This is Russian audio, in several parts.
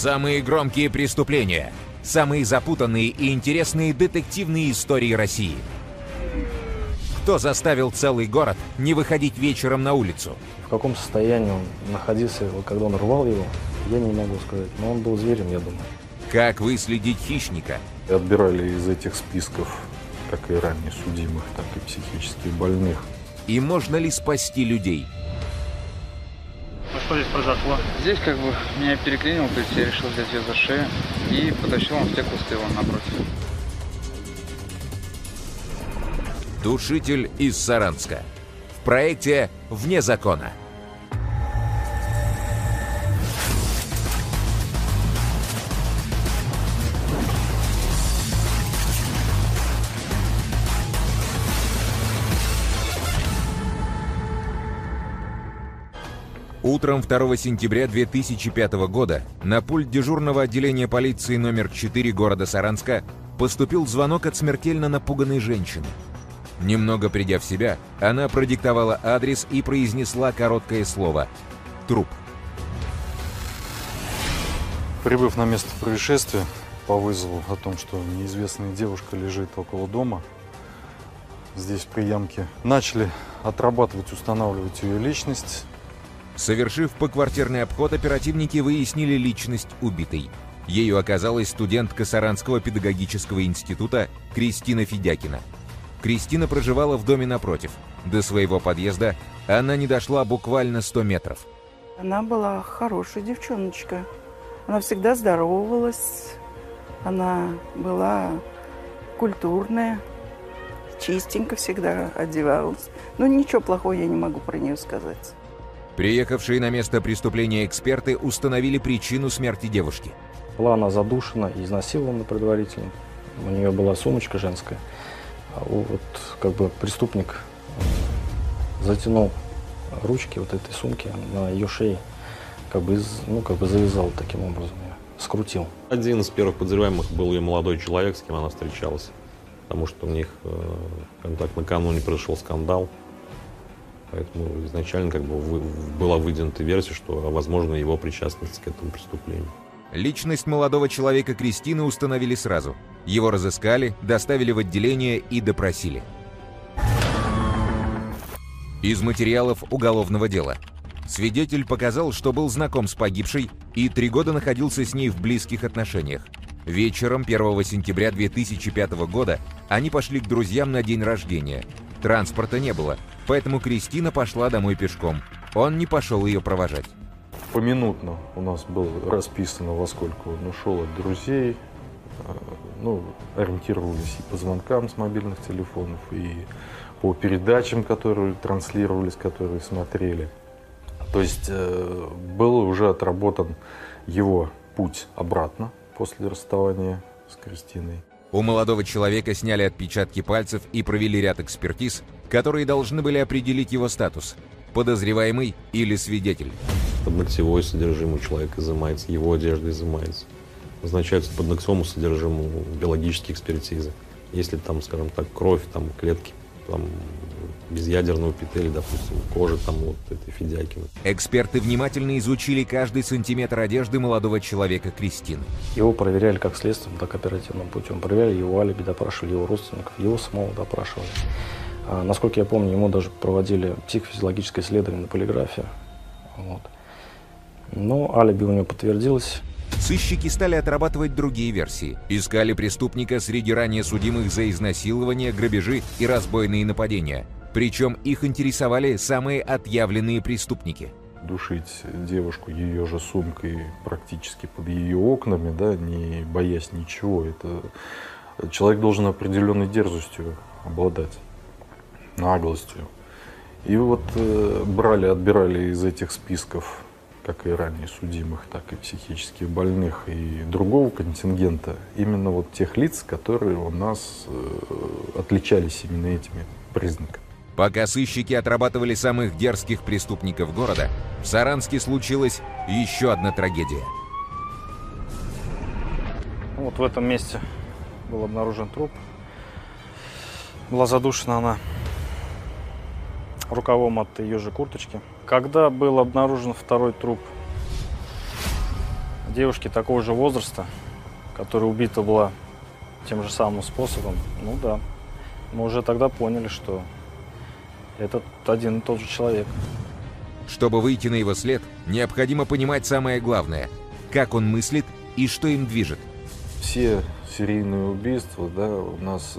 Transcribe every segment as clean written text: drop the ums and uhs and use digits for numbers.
Самые громкие преступления, самые запутанные и интересные детективные истории России. Кто заставил целый город не выходить вечером на улицу? В каком состоянии он находился, когда он рвал его, я не могу сказать. Но он был зверем, я думаю. Как выследить хищника? Отбирали из этих списков, как и ранее судимых, так и психически больных. И можно ли спасти людей? А что здесь произошло? Здесь меня переклинило, то есть я решил взять ее за шею и потащил он в те кусты вон напротив. Душитель из Саранска. В проекте «Вне закона». Утром 2 сентября 2005 года на пульт дежурного отделения полиции номер 4 города Саранска поступил звонок от смертельно напуганной женщины. Немного придя в себя, она продиктовала адрес и произнесла короткое слово «Труп». Прибыв на место происшествия по вызову о том, что неизвестная девушка лежит около дома, здесь при ямке, начали отрабатывать, устанавливать ее личность. Совершив поквартирный обход, оперативники выяснили личность убитой. Ею оказалась студентка Саранского педагогического института Кристина Федякина. Кристина проживала в доме напротив. До своего подъезда она не дошла буквально 100 метров. Она была хорошая девчоночка. Она всегда здоровалась. Она была культурная, чистенько всегда одевалась. Но ничего плохого я не могу про нее сказать. Приехавшие на место преступления эксперты установили причину смерти девушки. Была она задушена и изнасилована предварительно. У нее была сумочка женская. Преступник затянул ручки этой сумки на ее шее, завязал таким образом ее, скрутил. Один из первых подозреваемых был ее молодой человек, с кем она встречалась, потому что у них, накануне произошел скандал. Поэтому изначально была выдвинута версия, что возможно его причастность к этому преступлению. Личность молодого человека Кристины установили сразу. Его разыскали, доставили в отделение и допросили. Из материалов уголовного дела. Свидетель показал, что был знаком с погибшей и 3 года находился с ней в близких отношениях. Вечером 1 сентября 2005 года они пошли к друзьям на день рождения. Транспорта не было, поэтому Кристина пошла домой пешком. Он не пошел ее провожать. Поминутно у нас было расписано, во сколько он ушел от друзей. Ориентировались и по звонкам с мобильных телефонов, и по передачам, которые транслировались, которые смотрели. То есть был уже отработан его путь обратно после расставания с Кристиной. У молодого человека сняли отпечатки пальцев и провели ряд экспертиз, которые должны были определить его статус – подозреваемый или свидетель. Подногтевое содержимое человека изымается, его одежда изымается. Назначаются по подногтевому содержимому биологические экспертизы. Если там, скажем так, кровь, там клетки, там безъядерного эпителия, допустим, кожи там этой Федякиной. Эксперты внимательно изучили каждый сантиметр одежды молодого человека Кристины. Его проверяли как следственным, так и оперативным путем. Проверяли его алиби, допрашивали его родственников, его самого допрашивали. Насколько я помню, ему даже проводили психофизиологическое исследование на полиграфе. Но алиби у него подтвердилось. Сыщики стали отрабатывать другие версии. Искали преступника среди ранее судимых за изнасилование, грабежи и разбойные нападения. Причем их интересовали самые отъявленные преступники. Душить девушку ее же сумкой практически под ее окнами, не боясь ничего, это человек должен определенной дерзостью обладать, наглостью. И отбирали из этих списков, как и ранее судимых, так и психически больных и другого контингента, именно тех лиц, которые у нас отличались именно этими признаками. Пока сыщики отрабатывали самых дерзких преступников города, в Саранске случилась еще одна трагедия. В этом месте был обнаружен труп. Была задушена она рукавом от ее же курточки. Когда был обнаружен второй труп девушки такого же возраста, которая убита была тем же самым способом, ну да, мы уже тогда поняли, что это один и тот же человек. Чтобы выйти на его след, необходимо понимать самое главное – как он мыслит и что им движет. Все серийные убийства, да, у нас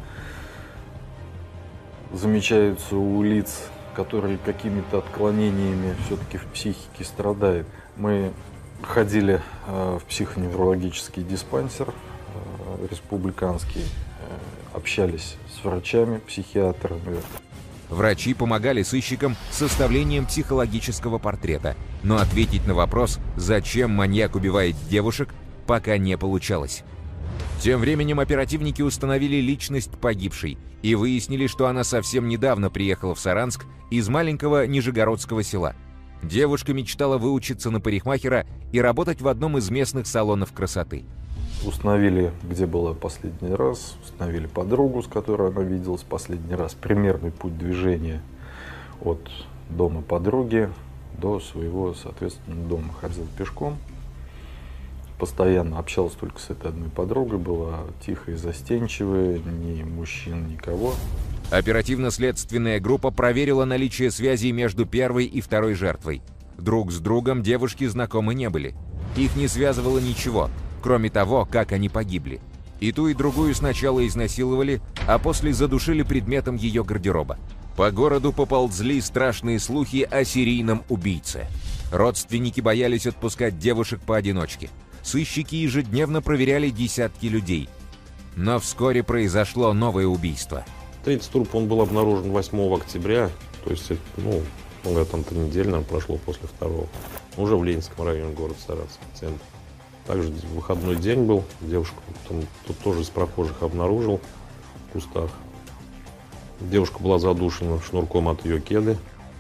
замечаются у лиц, которые какими-то отклонениями все-таки в психике страдают. Мы ходили в психоневрологический диспансер республиканский, общались с врачами, психиатрами. Врачи помогали сыщикам с составлением психологического портрета, но ответить на вопрос, зачем маньяк убивает девушек, пока не получалось. Тем временем оперативники установили личность погибшей и выяснили, что она совсем недавно приехала в Саранск из маленького нижегородского села. Девушка мечтала выучиться на парикмахера и работать в одном из местных салонов красоты. Установили, где была последний раз, установили подругу, с которой она виделась последний раз, примерный путь движения от дома подруги до своего, соответственно, дома. Ходила пешком, постоянно общалась только с этой одной подругой, была тихая и застенчивая, ни мужчин, никого. Оперативно-следственная группа проверила наличие связей между первой и второй жертвой. Друг с другом девушки знакомы не были. Их не связывало ничего, кроме того, как они погибли. И ту, и другую сначала изнасиловали, а после задушили предметом ее гардероба. По городу поползли страшные слухи о серийном убийце. Родственники боялись отпускать девушек поодиночке. Сыщики ежедневно проверяли десятки людей. Но вскоре произошло новое убийство. Третий труп, он был обнаружен 8 октября, то есть, там 3 недели, наверное, прошло после второго. Уже в Ленинском районе города Саратов, центр. Также выходной день был, девушку тут тоже из прохожих обнаружил в кустах. Девушка была задушена шнурком от ее кеды.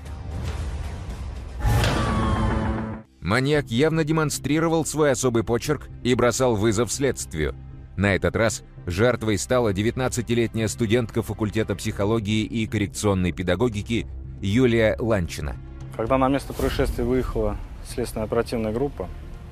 Маньяк явно демонстрировал свой особый почерк и бросал вызов следствию. На этот раз жертвой стала 19-летняя студентка факультета психологии и коррекционной педагогики Юлия Ланчина. Когда на место происшествия выехала следственная оперативная группа,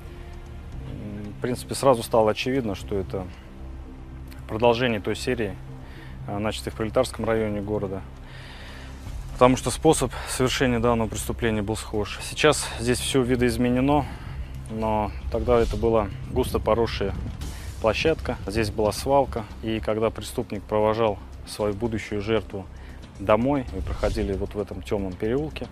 в принципе, сразу стало очевидно, что это продолжение той серии, начатой в Пролетарском районе города. Потому что способ совершения данного преступления был схож. Сейчас здесь все видоизменено, но тогда это была густо поросшая площадка. Здесь была свалка, и когда преступник провожал свою будущую жертву домой, мы проходили вот в этом темном переулке,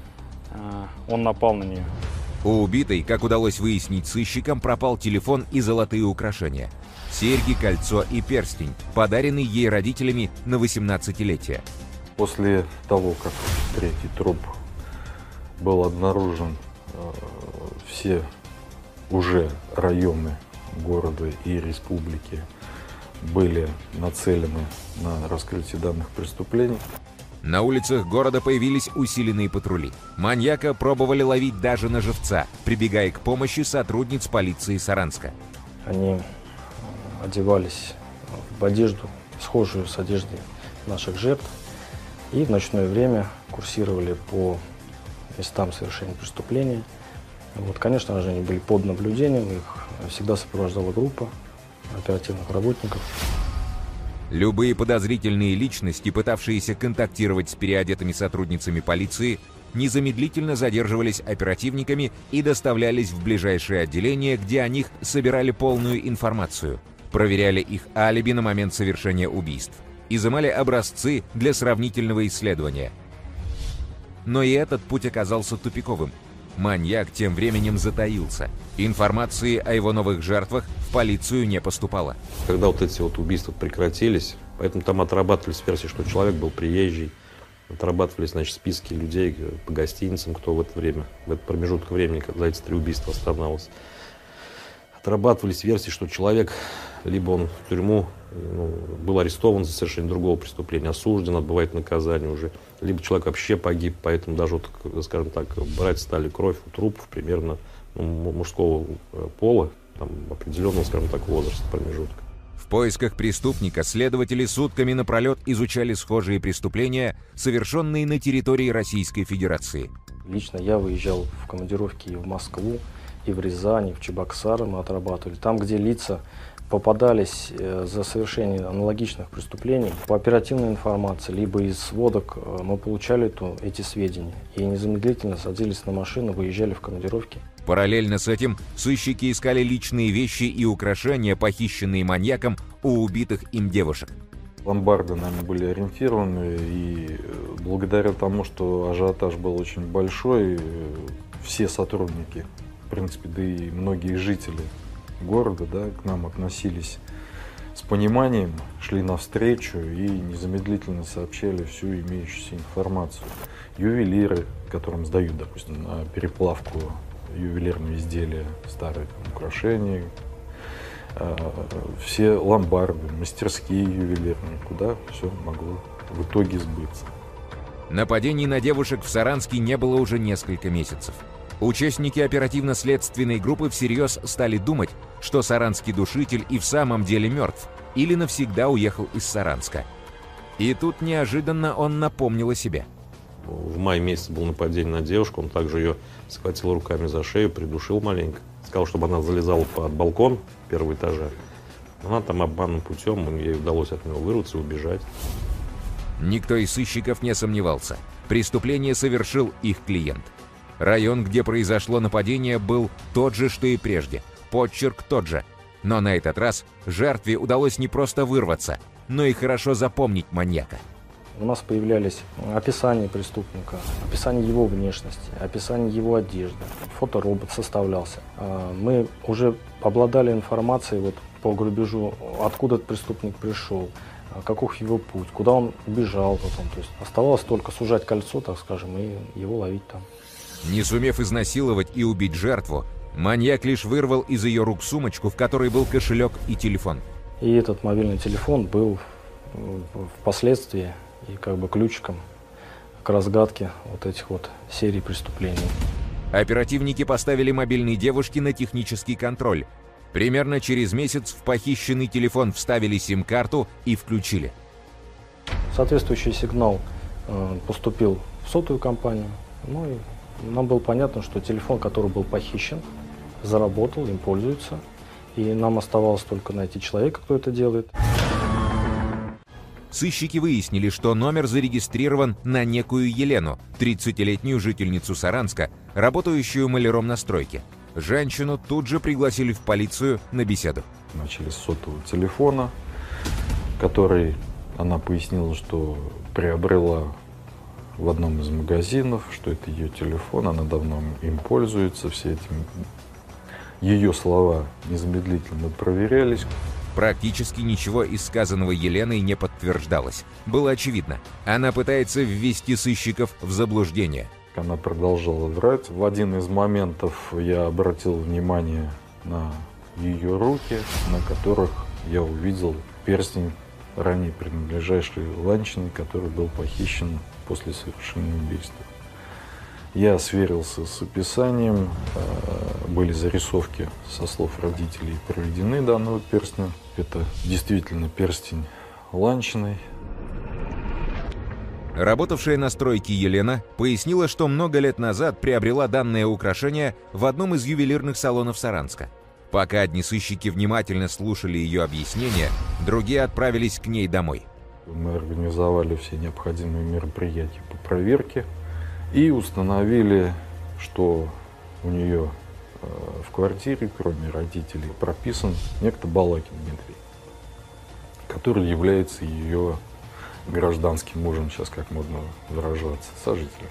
он напал на нее. У убитой, как удалось выяснить сыщикам, пропал телефон и золотые украшения. Серьги, кольцо и перстень, подаренный ей родителями на 18-летие. После того, как третий труп был обнаружен, все уже районы города и республики были нацелены на раскрытие данных преступлений. На улицах города появились усиленные патрули. Маньяка пробовали ловить даже на живца, прибегая к помощи сотрудниц полиции Саранска. Они одевались в одежду, схожую с одеждой наших жертв, и в ночное время курсировали по местам совершения преступления. Конечно же, они были под наблюдением, их всегда сопровождала группа оперативных работников. Любые подозрительные личности, пытавшиеся контактировать с переодетыми сотрудницами полиции, незамедлительно задерживались оперативниками и доставлялись в ближайшее отделение, где о них собирали полную информацию, проверяли их алиби на момент совершения убийств, изымали образцы для сравнительного исследования. Но и этот путь оказался тупиковым. Маньяк тем временем затаился. Информации о его новых жертвах в полицию не поступало. Когда вот эти вот убийства прекратились, поэтому там отрабатывались версии, что человек был приезжий, отрабатывались, значит, списки людей по гостиницам, кто в это время, в этот промежуток времени, когда эти 3 убийства останавливалось. Отрабатывались версии, что человек, либо он в тюрьму был арестован за совершение другого преступления, осужден, отбывает наказание уже, либо человек вообще погиб, поэтому даже, вот, скажем так, брать стали кровь у трупов примерно мужского пола, там, определенного, скажем так, возраста, промежутка. В поисках преступника следователи сутками напролет изучали схожие преступления, совершенные на территории Российской Федерации. Лично я выезжал в командировки в Москву и в Рязани, и в Чебоксары мы отрабатывали. Там, где лица попадались за совершение аналогичных преступлений, по оперативной информации, либо из сводок мы получали эти сведения. И незамедлительно садились на машину, выезжали в командировки. Параллельно с этим сыщики искали личные вещи и украшения, похищенные маньяком у убитых им девушек. Ломбарды нами были ориентированы, и благодаря тому, что ажиотаж был очень большой, все сотрудники, в принципе, да и многие жители города, да, к нам относились с пониманием, шли навстречу и незамедлительно сообщали всю имеющуюся информацию. Ювелиры, которым сдают, допустим, на переплавку ювелирные изделия, старые украшения, все ломбарды, мастерские ювелирные, куда все могло в итоге сбыться. Нападений на девушек в Саранске не было уже несколько месяцев. Участники оперативно-следственной группы всерьез стали думать, что саранский душитель и в самом деле мертв или навсегда уехал из Саранска. И тут неожиданно он напомнил о себе. В мае месяце было нападение на девушку, он также ее схватил руками за шею, придушил маленько. Сказал, чтобы она залезала под балкон первого этажа. Она там обманным путем, ей удалось от него вырваться и убежать. Никто из сыщиков не сомневался. Преступление совершил их клиент. Район, где произошло нападение, был тот же, что и прежде. Подчерк тот же. Но на этот раз жертве удалось не просто вырваться, но и хорошо запомнить маньяка. У нас появлялись описания преступника, описание его внешности, описание его одежды. Фоторобот составлялся. Мы уже обладали информацией по грабежу, откуда этот преступник пришел, каков его путь, куда он убежал потом. То есть оставалось только сужать кольцо, так скажем, и его ловить там. Не сумев изнасиловать и убить жертву, маньяк лишь вырвал из ее рук сумочку, в которой был кошелек и телефон. И этот мобильный телефон был впоследствии и ключиком к разгадке этих серий преступлений. Оперативники поставили мобильные девушки на технический контроль. Примерно через месяц в похищенный телефон вставили сим-карту и включили. Соответствующий сигнал поступил в сотовую компанию. И нам было понятно, что телефон, который был похищен, заработал, им пользуются. И нам оставалось только найти человека, кто это делает. Сыщики выяснили, что номер зарегистрирован на некую Елену, 30-летнюю жительницу Саранска, работающую маляром на стройке. Женщину тут же пригласили в полицию на беседу. Начали с сотового телефона, который она пояснила, что приобрела в одном из магазинов, что это ее телефон, она давно им пользуется, все этим ее слова незамедлительно проверялись. Практически ничего из сказанного Еленой не подтверждалось. Было очевидно, она пытается ввести сыщиков в заблуждение. Она продолжала врать. В один из моментов я обратил внимание на ее руки, на которых я увидел перстень, ранее принадлежавший Ланчиной, который был похищен после совершения убийства. Я сверился с описанием, были зарисовки со слов родителей проведены данного перстня. Это действительно перстень Ланчиной. Работавшая на стройке Елена пояснила, что много лет назад приобрела данное украшение в одном из ювелирных салонов Саранска. Пока одни сыщики внимательно слушали ее объяснения, другие отправились к ней домой. Мы организовали все необходимые мероприятия по проверке и установили, что у нее в квартире, кроме родителей, прописан некто Балакин Дмитрий, который является ее гражданским мужем, сейчас как модно выражаться, сожителем.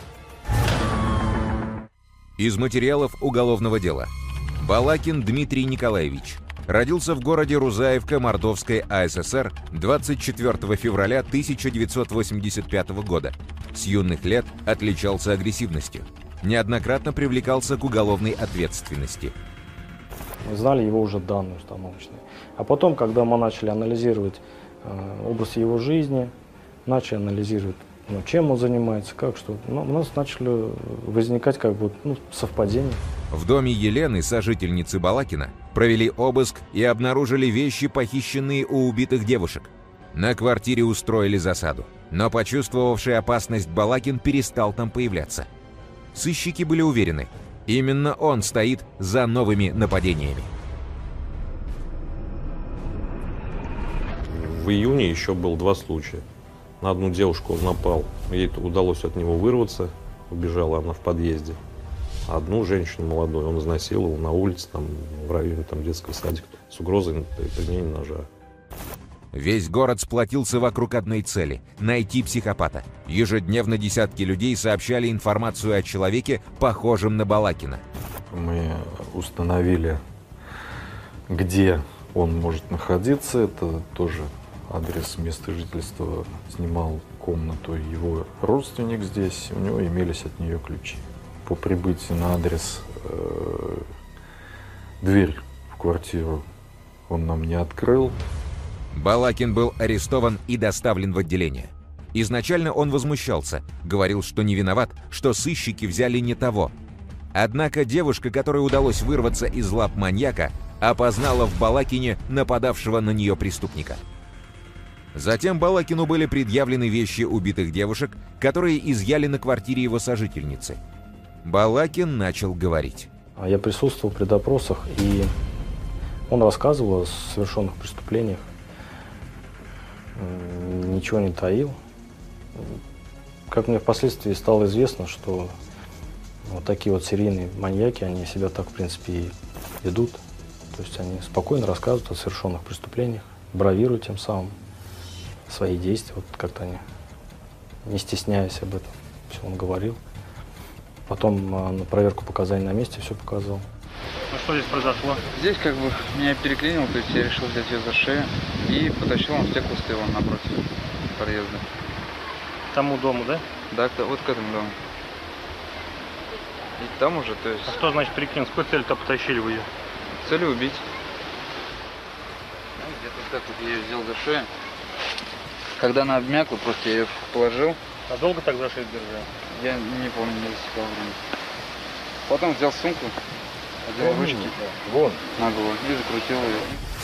Из материалов уголовного дела. Балакин Дмитрий Николаевич. Родился в городе Рузаевка Мордовской АССР 24 февраля 1985 года. С юных лет отличался агрессивностью. Неоднократно привлекался к уголовной ответственности. Мы знали его уже данные установочные. А потом, когда мы начали анализировать образ его жизни, начали анализировать, чем он занимается, как что, у нас начали возникать совпадения. В доме Елены, сожительницы Балакина, провели обыск и обнаружили вещи, похищенные у убитых девушек. На квартире устроили засаду, но почувствовавший опасность Балакин перестал там появляться. Сыщики были уверены, Именно он стоит за новыми нападениями. В июне еще было 2 случая. На одну девушку он напал, ей удалось от него вырваться, убежала она в подъезде. А одну женщину молодую он изнасиловал на улице, там, в районе детского садика, с угрозой применения ножа. Весь город сплотился вокруг одной цели – найти психопата. Ежедневно десятки людей сообщали информацию о человеке, похожем на Балакина. Мы установили, где он может находиться. Это тоже адрес места жительства. Снимал комнату его родственник здесь. У него имелись от нее ключи. По прибытии на адрес дверь в квартиру он нам не открыл. Балакин был арестован и доставлен в отделение. Изначально он возмущался, говорил, что не виноват, что сыщики взяли не того. Однако девушка, которой удалось вырваться из лап маньяка, опознала в Балакине нападавшего на нее преступника. Затем Балакину были предъявлены вещи убитых девушек, которые изъяли на квартире его сожительницы. Балакин начал говорить. Я присутствовал при допросах, и он рассказывал о совершенных преступлениях, ничего не таил. Как мне впоследствии стало известно, что вот такие вот серийные маньяки, они себя так, в принципе, и ведут. То есть они спокойно рассказывают о совершенных преступлениях, бравируют тем самым свои действия, вот как-то они, не стесняясь об этом, все он говорил. Потом на проверку показаний на месте все показал. Ну что здесь произошло? Здесь меня переклинило, то есть я решил взять ее за шею и потащил он в те кусты вон напротив подъезда. К тому дому, да? Да, вот к этому дому. И там уже, то есть... А что значит перекинул? С какой целью-то потащили вы ее? С целью убить. Где-то так вот я ее взял за шею. Когда она обмякла, просто я ее положил. А долго так за шею держал? Я не помню, не засекал время. Потом взял сумку, одел ручки на голову и закрутил ее.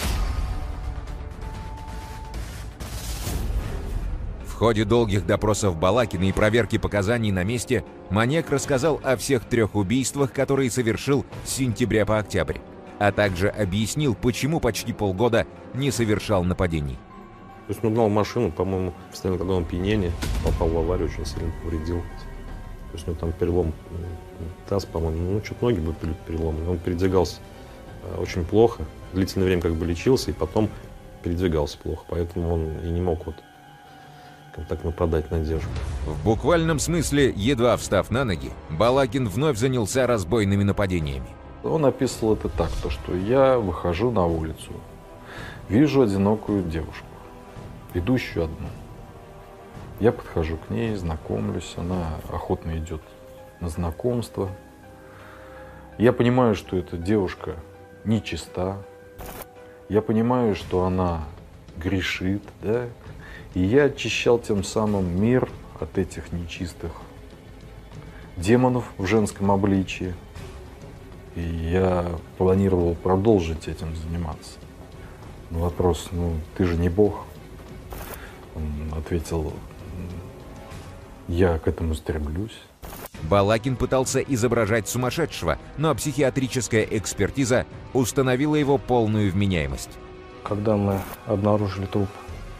В ходе долгих допросов Балакина и проверки показаний на месте маньяк рассказал о всех 3 убийствах, которые совершил с сентября по октябрь, а также объяснил, почему почти полгода не совершал нападений. То есть он угнал машину, по-моему, в состоянии какого-то опьянения, попал в аварию, очень сильно повредил. То есть у него там перелом таз, по-моему, что-то ноги были переломаны. Он передвигался очень плохо, длительное время лечился, и потом передвигался плохо, поэтому он и не мог так нападать на девушку. В буквальном смысле, едва встав на ноги, Балакин вновь занялся разбойными нападениями. Он описывал это так, что я выхожу на улицу, вижу одинокую девушку, идущую одну. Я подхожу к ней, знакомлюсь, она охотно идет на знакомство. Я понимаю, что эта девушка нечиста. Я понимаю, что она грешит, да? И я очищал тем самым мир от этих нечистых демонов в женском обличии. И я планировал продолжить этим заниматься. Но вопрос, ты же не Бог. Он ответил, я к этому стремлюсь. Балакин пытался изображать сумасшедшего, но психиатрическая экспертиза установила его полную вменяемость. Когда мы обнаружили труп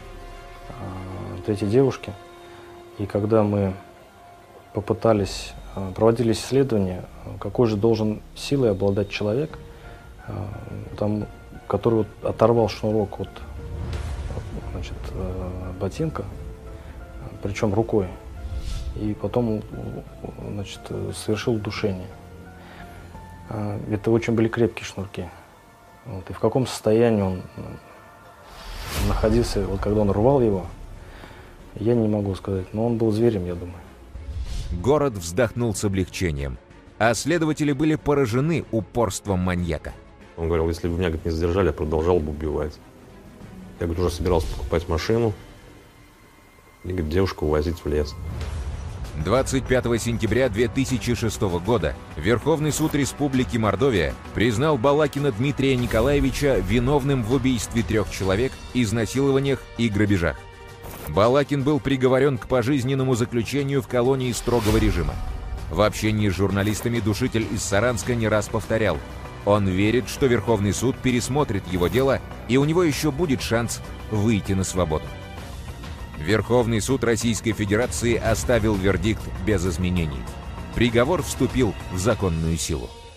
этой девушки, и когда мы попытались, проводили исследования, какой же должен силой обладать человек, который оторвал шнурок от ботинка, причем рукой, и потом совершил удушение. Это очень были крепкие шнурки. И в каком состоянии он находился, когда он рвал его, я не могу сказать, но он был зверем, я думаю. Город вздохнул с облегчением, а следователи были поражены упорством маньяка. Он говорил, если бы меня не задержали, я продолжал бы убивать. Я уже собирался покупать машину и девушку увозить в лес. 25 сентября 2006 года Верховный суд Республики Мордовия признал Балакина Дмитрия Николаевича виновным в убийстве 3 человек, изнасилованиях и грабежах. Балакин был приговорен к пожизненному заключению в колонии строгого режима. В общении с журналистами душитель из Саранска не раз повторял: он верит, что Верховный суд пересмотрит его дело, и у него еще будет шанс выйти на свободу. Верховный суд Российской Федерации оставил вердикт без изменений. Приговор вступил в законную силу.